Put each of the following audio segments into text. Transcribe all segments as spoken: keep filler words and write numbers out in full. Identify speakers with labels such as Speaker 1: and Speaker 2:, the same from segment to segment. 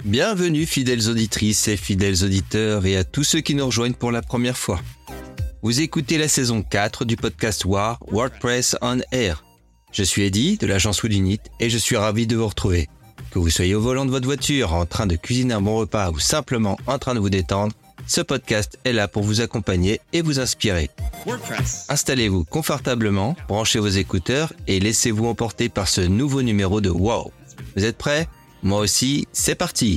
Speaker 1: Bienvenue fidèles auditrices et fidèles auditeurs et à tous ceux qui nous rejoignent pour la première fois. Vous écoutez la saison quatre du podcast War WordPress on Air. Je suis Eddy de l'agence Woodunit et je suis ravi de vous retrouver. Que vous soyez au volant de votre voiture, en train de cuisiner un bon repas ou simplement en train de vous détendre, ce podcast est là pour vous accompagner et vous inspirer. WordPress. Installez-vous confortablement, branchez vos écouteurs et laissez-vous emporter par ce nouveau numéro de Wow. Vous êtes prêts ? Moi aussi, c'est parti.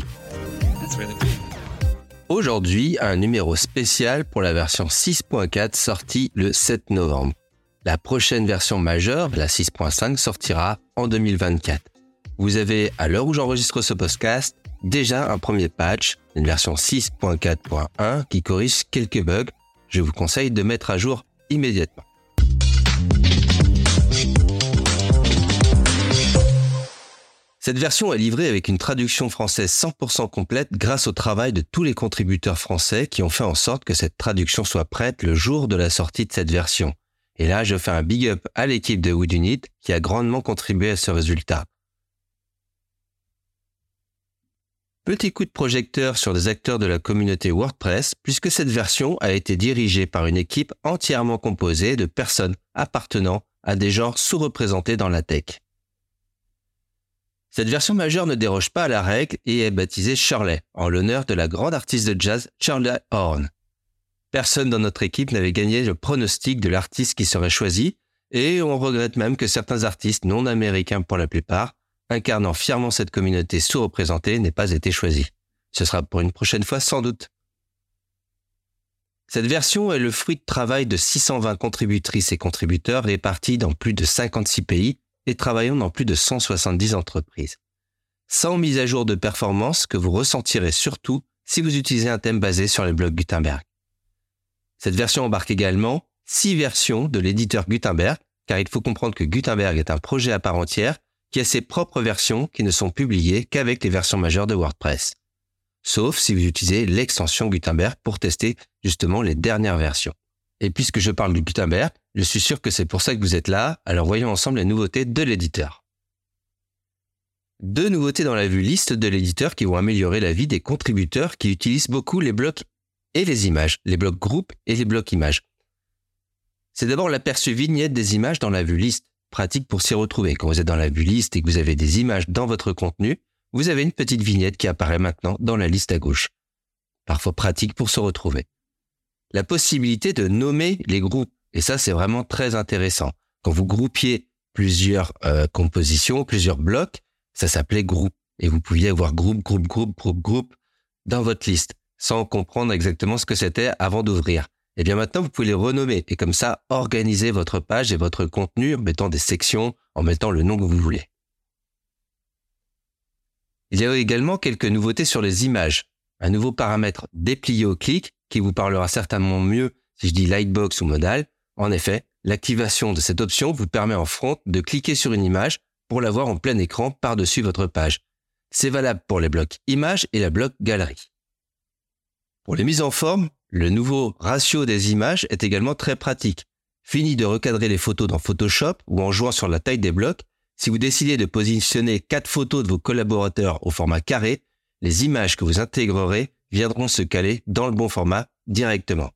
Speaker 1: Aujourd'hui, un numéro spécial pour la version six point quatre sortie le sept novembre. La prochaine version majeure, la six point cinq, sortira en deux mille vingt-quatre. Vous avez, à l'heure où j'enregistre ce podcast, déjà un premier patch, une version six point quatre point un qui corrige quelques bugs. Je vous conseille de mettre à jour immédiatement. Cette version est livrée avec une traduction française cent pour cent complète grâce au travail de tous les contributeurs français qui ont fait en sorte que cette traduction soit prête le jour de la sortie de cette version. Et là, je fais un big up à l'équipe de Woodunit qui a grandement contribué à ce résultat. Petit coup de projecteur sur les acteurs de la communauté WordPress puisque cette version a été dirigée par une équipe entièrement composée de personnes appartenant à des genres sous-représentés dans la tech. Cette version majeure ne déroge pas à la règle et est baptisée Shirley, en l'honneur de la grande artiste de jazz Shirley Horn. Personne dans notre équipe n'avait gagné le pronostic de l'artiste qui serait choisi, et on regrette même que certains artistes non américains pour la plupart, incarnant fièrement cette communauté sous-représentée, n'aient pas été choisis. Ce sera pour une prochaine fois sans doute. Cette version est le fruit de travail de six cent vingt contributrices et contributeurs répartis dans plus de cinquante-six pays, et travaillant dans plus de cent soixante-dix entreprises. Sans mise à jour de performance que vous ressentirez surtout si vous utilisez un thème basé sur les blocs Gutenberg. Cette version embarque également six versions de l'éditeur Gutenberg, car il faut comprendre que Gutenberg est un projet à part entière qui a ses propres versions qui ne sont publiées qu'avec les versions majeures de WordPress. Sauf si vous utilisez l'extension Gutenberg pour tester justement les dernières versions. Et puisque je parle de Gutenberg, je suis sûr que c'est pour ça que vous êtes là, alors voyons ensemble les nouveautés de l'éditeur. Deux nouveautés dans la vue liste de l'éditeur qui vont améliorer la vie des contributeurs qui utilisent beaucoup les blocs et les images, les blocs groupes et les blocs images. C'est d'abord l'aperçu vignette des images dans la vue liste, pratique pour s'y retrouver. Quand vous êtes dans la vue liste et que vous avez des images dans votre contenu, vous avez une petite vignette qui apparaît maintenant dans la liste à gauche. Parfois pratique pour se retrouver. La possibilité de nommer les groupes. Et ça, c'est vraiment très intéressant. Quand vous groupiez plusieurs euh, compositions, plusieurs blocs, ça s'appelait groupe. Et vous pouviez avoir groupe, groupe, groupe, groupe, groupe dans votre liste, sans comprendre exactement ce que c'était avant d'ouvrir. Et bien maintenant, vous pouvez les renommer. Et comme ça, organiser votre page et votre contenu en mettant des sections, en mettant le nom que vous voulez. Il y a également quelques nouveautés sur les images. Un nouveau paramètre déplié au clic, qui vous parlera certainement mieux si je dis Lightbox ou Modal. En effet, l'activation de cette option vous permet en front de cliquer sur une image pour la voir en plein écran par-dessus votre page. C'est valable pour les blocs images et la bloc galerie. Pour les mises en forme, le nouveau ratio des images est également très pratique. Fini de recadrer les photos dans Photoshop ou en jouant sur la taille des blocs, si vous décidez de positionner quatre photos de vos collaborateurs au format carré, les images que vous intégrerez viendront se caler dans le bon format directement.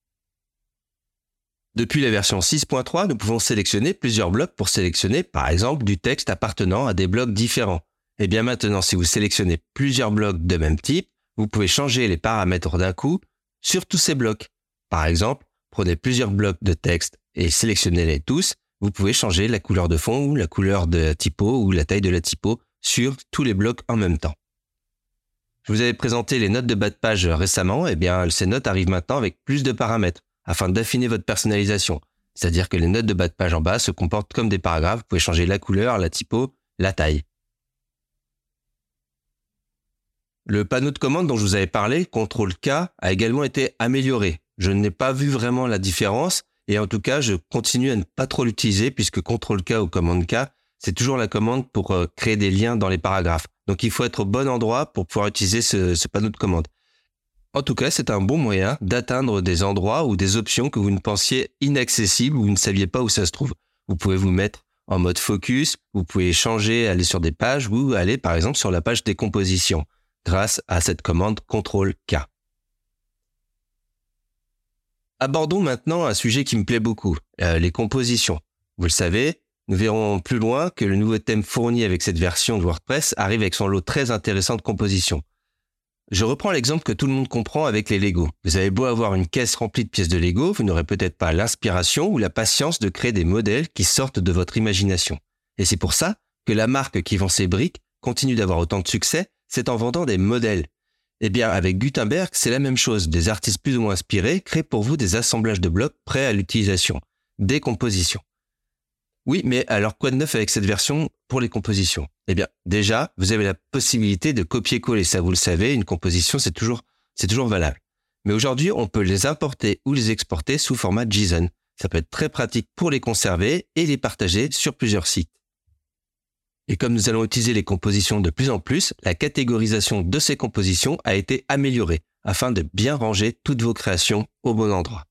Speaker 1: Depuis la version six point trois, nous pouvons sélectionner plusieurs blocs pour sélectionner, par exemple, du texte appartenant à des blocs différents. Et bien maintenant, si vous sélectionnez plusieurs blocs de même type, vous pouvez changer les paramètres d'un coup sur tous ces blocs. Par exemple, prenez plusieurs blocs de texte et sélectionnez-les tous. Vous pouvez changer la couleur de fond ou la couleur de la typo ou la taille de la typo sur tous les blocs en même temps. Je vous avais présenté les notes de bas de page récemment, et bien ces notes arrivent maintenant avec plus de paramètres afin d'affiner votre personnalisation. C'est-à-dire que les notes de bas de page en bas se comportent comme des paragraphes, vous pouvez changer la couleur, la typo, la taille. Le panneau de commande dont je vous avais parlé, contrôle K, a également été amélioré. Je n'ai pas vu vraiment la différence et en tout cas, je continue à ne pas trop l'utiliser puisque contrôle K ou commande K, c'est toujours la commande pour euh, créer des liens dans les paragraphes. Donc, il faut être au bon endroit pour pouvoir utiliser ce, ce panneau de commande. En tout cas, c'est un bon moyen d'atteindre des endroits ou des options que vous ne pensiez inaccessibles ou vous ne saviez pas où ça se trouve. Vous pouvez vous mettre en mode focus, vous pouvez changer, aller sur des pages ou aller par exemple sur la page décomposition. grâce à cette commande contrôle K. Abordons maintenant un sujet qui me plaît beaucoup, euh, les compositions. Vous le savez, nous verrons plus loin que le nouveau thème fourni avec cette version de WordPress arrive avec son lot très intéressant de compositions. Je reprends l'exemple que tout le monde comprend avec les Lego. Vous avez beau avoir une caisse remplie de pièces de Lego, vous n'aurez peut-être pas l'inspiration ou la patience de créer des modèles qui sortent de votre imagination. Et c'est pour ça que la marque qui vend ces briques continue d'avoir autant de succès, c'est en vendant des modèles. Eh bien, avec Gutenberg, c'est la même chose. Des artistes plus ou moins inspirés créent pour vous des assemblages de blocs prêts à l'utilisation. Des compositions. Oui, mais alors quoi de neuf avec cette version pour les compositions? Eh bien, déjà, vous avez la possibilité de copier-coller. Ça, vous le savez, une composition, c'est toujours, c'est toujours valable. Mais aujourd'hui, on peut les importer ou les exporter sous format JSON. Ça peut être très pratique pour les conserver et les partager sur plusieurs sites. Et comme nous allons utiliser les compositions de plus en plus, la catégorisation de ces compositions a été améliorée afin de bien ranger toutes vos créations au bon endroit.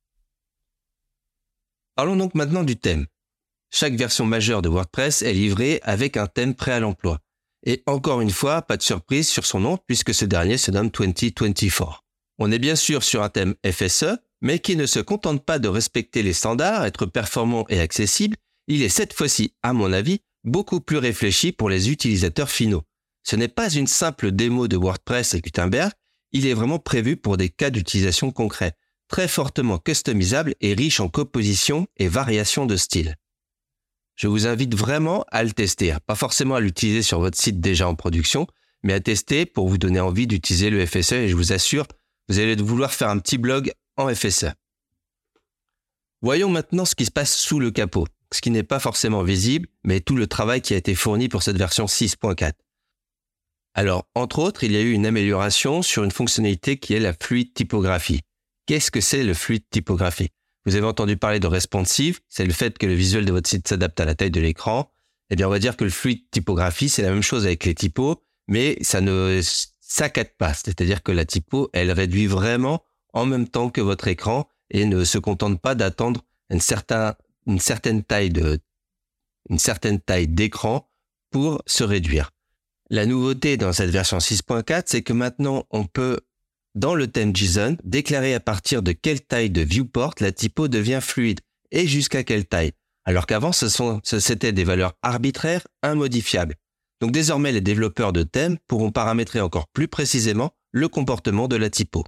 Speaker 1: Parlons donc maintenant du thème. Chaque version majeure de WordPress est livrée avec un thème prêt à l'emploi. Et encore une fois, pas de surprise sur son nom puisque ce dernier se nomme vingt vingt-quatre. On est bien sûr sur un thème F S E, mais qui ne se contente pas de respecter les standards, être performant et accessible. Il est cette fois-ci, à mon avis, beaucoup plus réfléchi pour les utilisateurs finaux. Ce n'est pas une simple démo de WordPress et Gutenberg, il est vraiment prévu pour des cas d'utilisation concrets, très fortement customisable et riche en compositions et variations de style. Je vous invite vraiment à le tester, pas forcément à l'utiliser sur votre site déjà en production, mais à tester pour vous donner envie d'utiliser le F S E et je vous assure, vous allez vouloir faire un petit blog en F S E. Voyons maintenant ce qui se passe sous le capot. Ce qui n'est pas forcément visible, mais tout le travail qui a été fourni pour cette version six point quatre. Alors, entre autres, il y a eu une amélioration sur une fonctionnalité qui est la fluid typographie. Qu'est-ce que c'est le fluid typographie? Vous avez entendu parler de responsive, c'est le fait que le visuel de votre site s'adapte à la taille de l'écran. Eh bien, on va dire que le fluid typographie, c'est la même chose avec les typos, mais ça ne saccade pas. C'est-à-dire que la typo, elle réduit vraiment en même temps que votre écran et ne se contente pas d'attendre un certain une certaine taille de, une certaine taille d'écran pour se réduire. La nouveauté dans cette version six point quatre, c'est que maintenant, on peut, dans le thème JSON, déclarer à partir de quelle taille de viewport la typo devient fluide et jusqu'à quelle taille. Alors qu'avant, ce sont, ce, c'était des valeurs arbitraires, immodifiables. Donc désormais, les développeurs de thèmes pourront paramétrer encore plus précisément le comportement de la typo.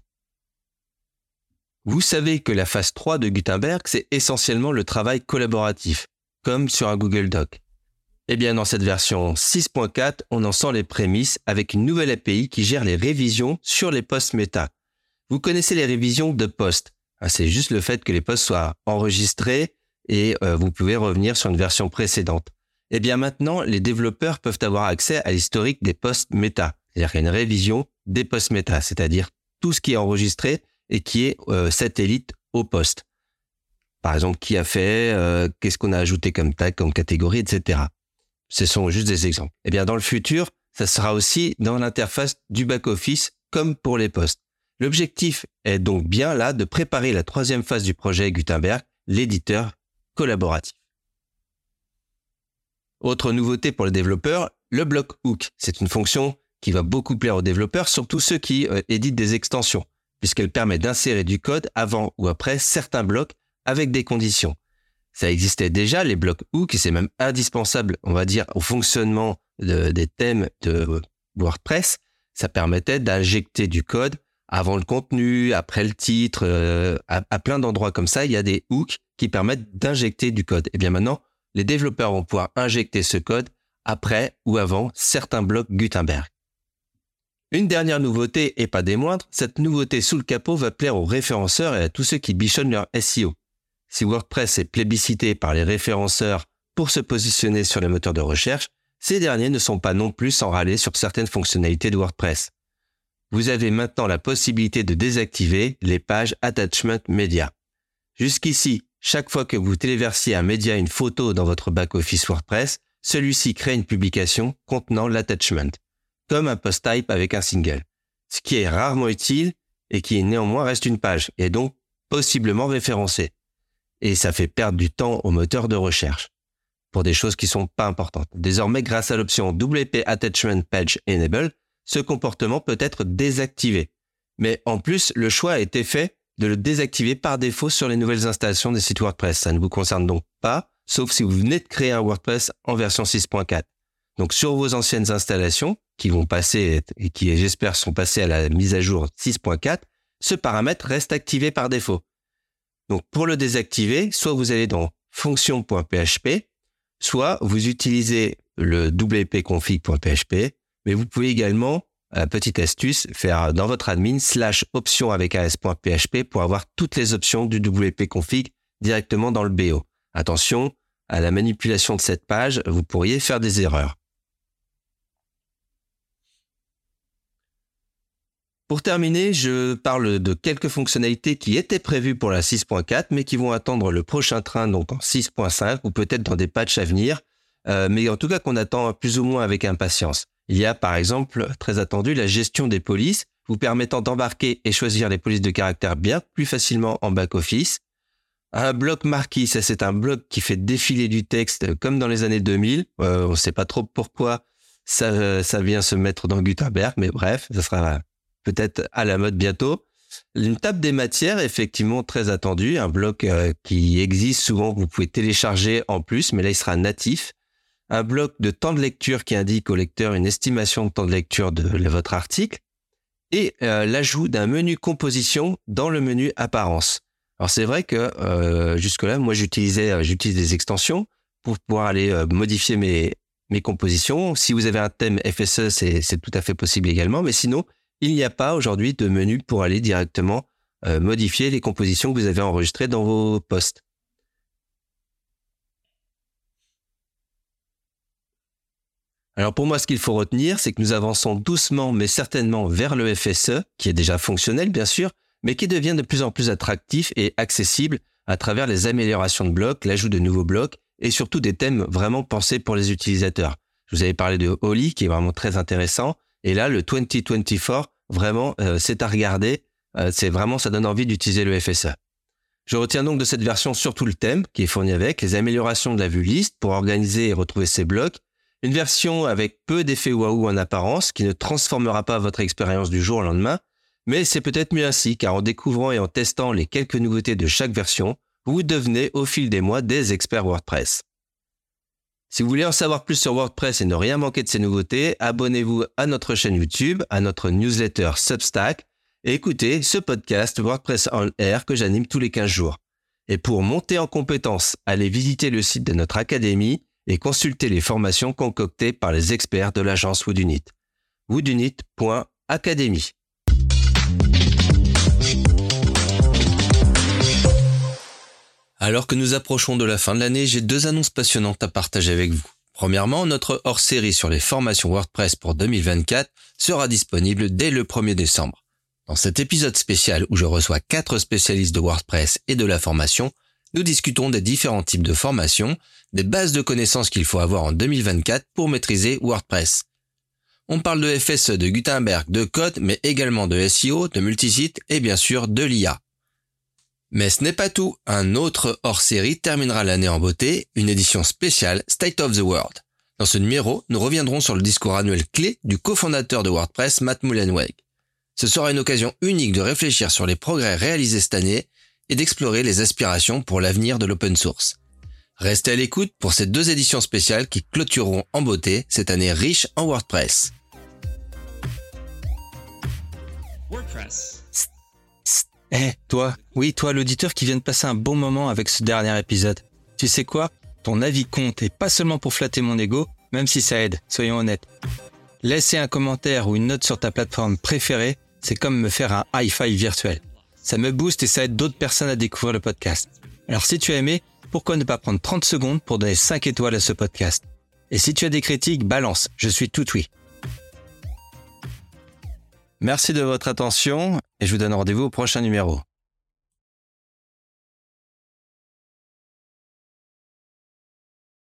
Speaker 1: Vous savez que la phase trois de Gutenberg, c'est essentiellement le travail collaboratif, comme sur un Google Doc. Eh bien, dans cette version six point quatre, on en sent les prémices avec une nouvelle A P I qui gère les révisions sur les posts méta. Vous connaissez les révisions de posts. C'est juste le fait que les posts soient enregistrés et euh, vous pouvez revenir sur une version précédente. Eh bien, maintenant, les développeurs peuvent avoir accès à l'historique des posts méta. C'est-à-dire qu'il y a une révision des posts méta, c'est-à-dire tout ce qui est enregistré et qui est euh, satellite au poste. Par exemple, qui a fait, euh, qu'est-ce qu'on a ajouté comme tag, comme catégorie, et cetera. Ce sont juste des exemples. Eh bien, dans le futur, ça sera aussi dans l'interface du back-office comme pour les posts. L'objectif est donc bien là de préparer la troisième phase du projet Gutenberg, l'éditeur collaboratif. Autre nouveauté pour les développeurs, le block hook. C'est une fonction qui va beaucoup plaire aux développeurs, surtout ceux qui euh, éditent des extensions, puisqu'elle permet d'insérer du code avant ou après certains blocs avec des conditions. Ça existait déjà, les blocs hook, et c'est même indispensable, on va dire, au fonctionnement de, des thèmes de WordPress. Ça permettait d'injecter du code avant le contenu, après le titre, euh, à, à plein d'endroits comme ça, il y a des hooks qui permettent d'injecter du code. Et bien maintenant, les développeurs vont pouvoir injecter ce code après ou avant certains blocs Gutenberg. Une dernière nouveauté, et pas des moindres, cette nouveauté sous le capot va plaire aux référenceurs et à tous ceux qui bichonnent leur S E O. Si WordPress est plébiscité par les référenceurs pour se positionner sur les moteurs de recherche, ces derniers ne sont pas non plus sans râler sur certaines fonctionnalités de WordPress. Vous avez maintenant la possibilité de désactiver les pages Attachment Media. Jusqu'ici, chaque fois que vous téléversiez un média, une photo dans votre back-office WordPress, celui-ci crée une publication contenant l'attachment, comme un post type avec un single, ce qui est rarement utile et qui néanmoins reste une page et donc possiblement référencé. Et ça fait perdre du temps aux moteurs de recherche pour des choses qui sont pas importantes. Désormais, grâce à l'option W P Attachment Page Enable, ce comportement peut être désactivé. Mais en plus, le choix a été fait de le désactiver par défaut sur les nouvelles installations des sites WordPress. Ça ne vous concerne donc pas, sauf si vous venez de créer un WordPress en version six point quatre. Donc sur vos anciennes installations, qui vont passer et qui, j'espère, sont passées à la mise à jour six point quatre, ce paramètre reste activé par défaut. Donc pour le désactiver, soit vous allez dans fonction.php, soit vous utilisez le wp-config.php, mais vous pouvez également, euh, petite astuce, faire dans votre admin slash option avec as.php pour avoir toutes les options du wp-config directement dans le B O. Attention, à la manipulation de cette page, vous pourriez faire des erreurs. Pour terminer, je parle de quelques fonctionnalités qui étaient prévues pour la six point quatre, mais qui vont attendre le prochain train, donc en six point cinq, ou peut-être dans des patchs à venir, euh, mais en tout cas qu'on attend plus ou moins avec impatience. Il y a par exemple, très attendu, la gestion des polices, vous permettant d'embarquer et choisir les polices de caractère bien plus facilement en back-office. Un bloc marquis, ça c'est un bloc qui fait défiler du texte comme dans les années deux mille. Euh, on ne sait pas trop pourquoi ça, ça vient se mettre dans Gutenberg, mais bref, ça sera peut-être à la mode bientôt. Une table des matières, effectivement très attendue, un bloc euh, qui existe souvent, que vous pouvez télécharger en plus, mais là il sera natif. Un bloc de temps de lecture qui indique au lecteur une estimation de temps de lecture de, de votre article. Et euh, l'ajout d'un menu composition dans le menu apparence. Alors c'est vrai que euh, jusque-là, moi j'utilisais, euh, j'utilise des extensions pour pouvoir aller euh, modifier mes, mes compositions. Si vous avez un thème F S E, c'est, c'est tout à fait possible également, mais sinon, il n'y a pas aujourd'hui de menu pour aller directement euh, modifier les compositions que vous avez enregistrées dans vos posts. Alors pour moi, ce qu'il faut retenir, c'est que nous avançons doucement mais certainement vers le F S E, qui est déjà fonctionnel bien sûr, mais qui devient de plus en plus attractif et accessible à travers les améliorations de blocs, l'ajout de nouveaux blocs et surtout des thèmes vraiment pensés pour les utilisateurs. Je vous avais parlé de Holly qui est vraiment très intéressant. Et là, le vingt vingt-quatre, vraiment, euh, c'est à regarder. Euh, c'est vraiment, ça donne envie d'utiliser le F S E. Je retiens donc de cette version surtout le thème qui est fourni avec, les améliorations de la vue liste pour organiser et retrouver ces blocs, une version avec peu d'effets waouh en apparence qui ne transformera pas votre expérience du jour au lendemain, mais c'est peut-être mieux ainsi car en découvrant et en testant les quelques nouveautés de chaque version, vous devenez au fil des mois des experts WordPress. Si vous voulez en savoir plus sur WordPress et ne rien manquer de ces nouveautés, abonnez-vous à notre chaîne YouTube, à notre newsletter Substack et écoutez ce podcast WordPress on Air que j'anime tous les quinze jours. Et pour monter en compétences, allez visiter le site de notre académie et consulter les formations concoctées par les experts de l'agence Woodunit. woodunit point academy. Alors que nous approchons de la fin de l'année, j'ai deux annonces passionnantes à partager avec vous. Premièrement, notre hors-série sur les formations WordPress pour deux mille vingt-quatre sera disponible dès le premier décembre. Dans cet épisode spécial où je reçois quatre spécialistes de WordPress et de la formation, nous discutons des différents types de formations, des bases de connaissances qu'il faut avoir en deux mille vingt-quatre pour maîtriser WordPress. On parle de F S E, de Gutenberg, de code, mais également de S E O, de multisite et bien sûr de l'I A. Mais ce n'est pas tout. Un autre hors-série terminera l'année en beauté, une édition spéciale State of the World. Dans ce numéro, nous reviendrons sur le discours annuel clé du cofondateur de WordPress, Matt Mullenweg. Ce sera une occasion unique de réfléchir sur les progrès réalisés cette année et d'explorer les aspirations pour l'avenir de l'open source. Restez à l'écoute pour ces deux éditions spéciales qui clôtureront en beauté cette année riche en WordPress.
Speaker 2: WordPress.
Speaker 3: Eh, hey, toi, oui, toi l'auditeur qui vient de passer un bon moment avec ce dernier épisode. Tu sais quoi ? Ton avis compte et pas seulement pour flatter mon ego, même si ça aide, soyons honnêtes. Laisser un commentaire ou une note sur ta plateforme préférée, c'est comme me faire un high five virtuel. Ça me booste et ça aide d'autres personnes à découvrir le podcast. Alors si tu as aimé, pourquoi ne pas prendre trente secondes pour donner cinq étoiles à ce podcast ? Et si tu as des critiques, balance, je suis tout oui. Merci de votre attention et je vous donne rendez-vous au prochain numéro.